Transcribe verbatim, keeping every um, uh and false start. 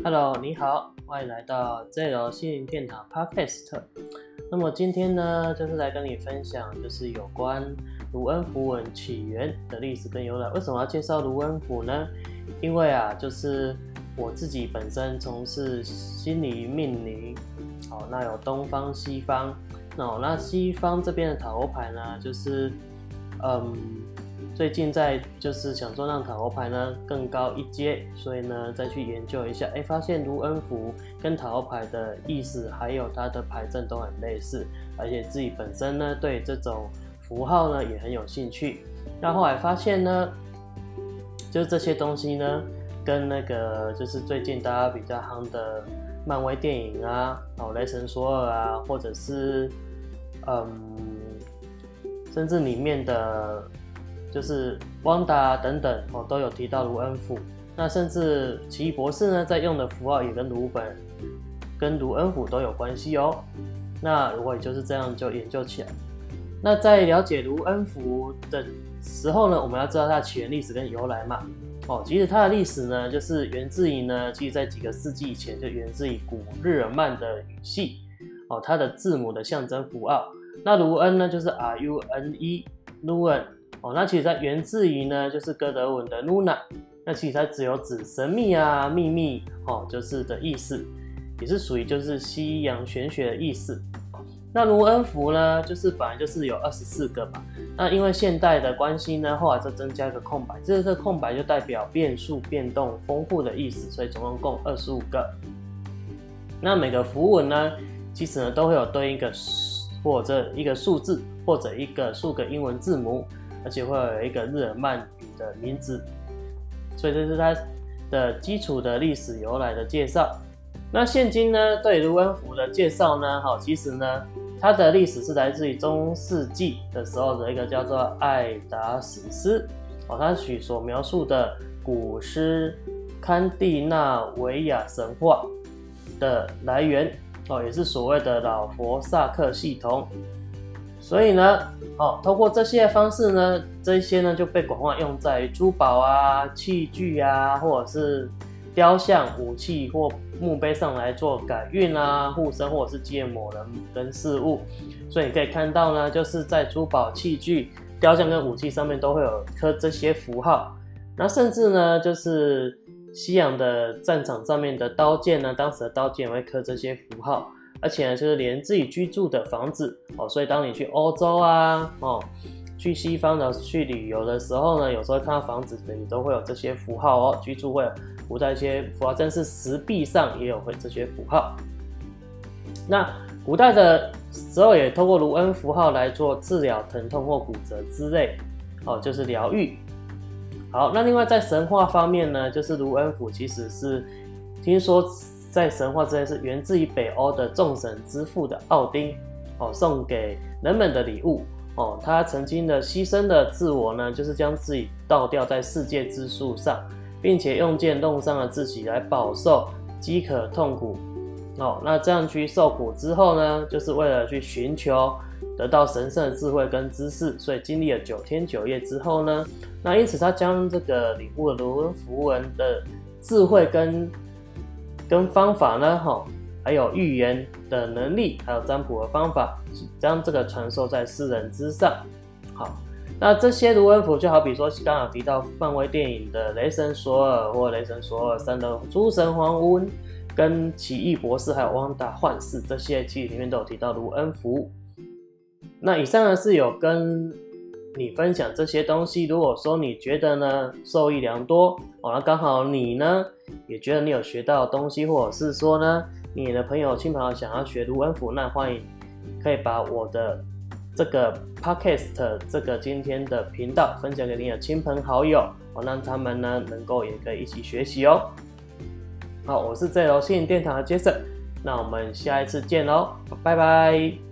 Hello， 你好，欢迎来到 Z 楼心灵电塔 Podcast。那么今天呢，就是来跟你分享，就是有关卢恩符文起源的历史跟由来。为什么要介绍卢恩符呢？因为啊，就是我自己本身从事心理命理，好，那有东方西方，那那西方这边的塔罗牌呢，就是嗯。最近在就是想说让塔罗牌呢更高一阶，所以呢再去研究一下，哎，发现卢恩符跟塔罗牌的意思还有它的牌阵都很类似，而且自己本身呢对这种符号呢也很有兴趣。那后来发现呢，就是这些东西呢跟那个就是最近大家比较夯的漫威电影啊，哦，雷神索尔啊，或者是嗯，甚至里面的。就是汪达等等哦，都有提到卢恩符。那甚至奇异博士呢，在用的符号也跟卢本、跟卢恩符都有关系哦。那我也就是这样就研究起来。那在了解卢恩符的时候呢，我们要知道它的起源历史跟由来嘛。哦，其实它的历史呢，就是源自于呢，其实在几个世纪以前就源自于古日耳曼的语系哦，它的字母的象征符号。那卢恩呢，就是 R U N E， 卢恩。哦，那其实它源自于呢，就是哥德文的 Luna， 那其实它只有指神秘啊、秘密，哦，就是的意思，也是属于就是西洋玄学的意思。那卢恩符呢，就是本来就是有二十四个嘛，那因为现代的关系呢，后来再增加一个空白，这个空白就代表变数、变动、丰富的意思，所以总共共二十五个。那每个符文呢，其实呢都会有对应一个或者一个数字，或者一个数个英文字母。而且会有一个日耳曼语的名字，所以这是它的基础的历史由来的介绍。那现今呢，对卢恩符的介绍呢，好，其实呢，它的历史是来自于中世纪的时候的一个叫做爱达史诗，哦，它取所描述的古诗堪蒂纳维亚神话的来源，哦，也是所谓的老佛萨克系统。所以呢，哦，透过这些方式呢，这些呢就被广泛用在珠宝啊、器具啊，或者是雕像、武器或墓碑上来做改运啊、护身或者是借某人跟事物。所以你可以看到呢，就是在珠宝、器具、雕像跟武器上面都会有刻这些符号。那甚至呢，就是西洋的战场上面的刀剑呢，当时的刀剑也会刻这些符号。而且呢，就是连自己居住的房子哦，所以当你去欧洲啊，哦，去西方的去旅游的时候呢，有时候看到房子里都会有这些符号哦，居住会附在一些符号，甚至石壁上也有会这些符号。那古代的时候也透过卢恩符号来做治疗疼痛或骨折之类，哦，就是疗愈。好，那另外在神话方面呢，就是卢恩符其实是听说。在神话之内是源自于北欧的众神之父的奥丁哦，送给人们的礼物哦。他曾经的牺牲的自我呢，就是将自己倒吊在世界之树上，并且用剑弄伤了自己来饱受饥渴痛苦哦。那这样去受苦之后呢，就是为了去寻求得到神圣的智慧跟知识，所以经历了九天九夜之后呢，那因此他将这个领悟了卢恩符文的智慧跟。跟方法呢，哈，还有预言的能力，还有占卜的方法，将这个传授在世人之上。好，那这些卢恩符就好比说，刚刚有提到漫威电影的雷神索尔或雷神索尔三的诸神黄昏，跟奇异博士还有汪达幻视这些剧里面都有提到卢恩符。那以上呢是有跟你分享这些东西，如果说你觉得呢受益良多，哦，那刚好你呢也觉得你有学到东西，或者是说呢你的朋友亲朋友想要学卢恩符，那欢迎可以把我的这个 podcast 这个今天的频道分享给你的亲朋好友，哦，让他们呢能够也可以一起学习哦。好，我是Z楼心灵电堂的 Jason，那我们下一次见喽，拜拜。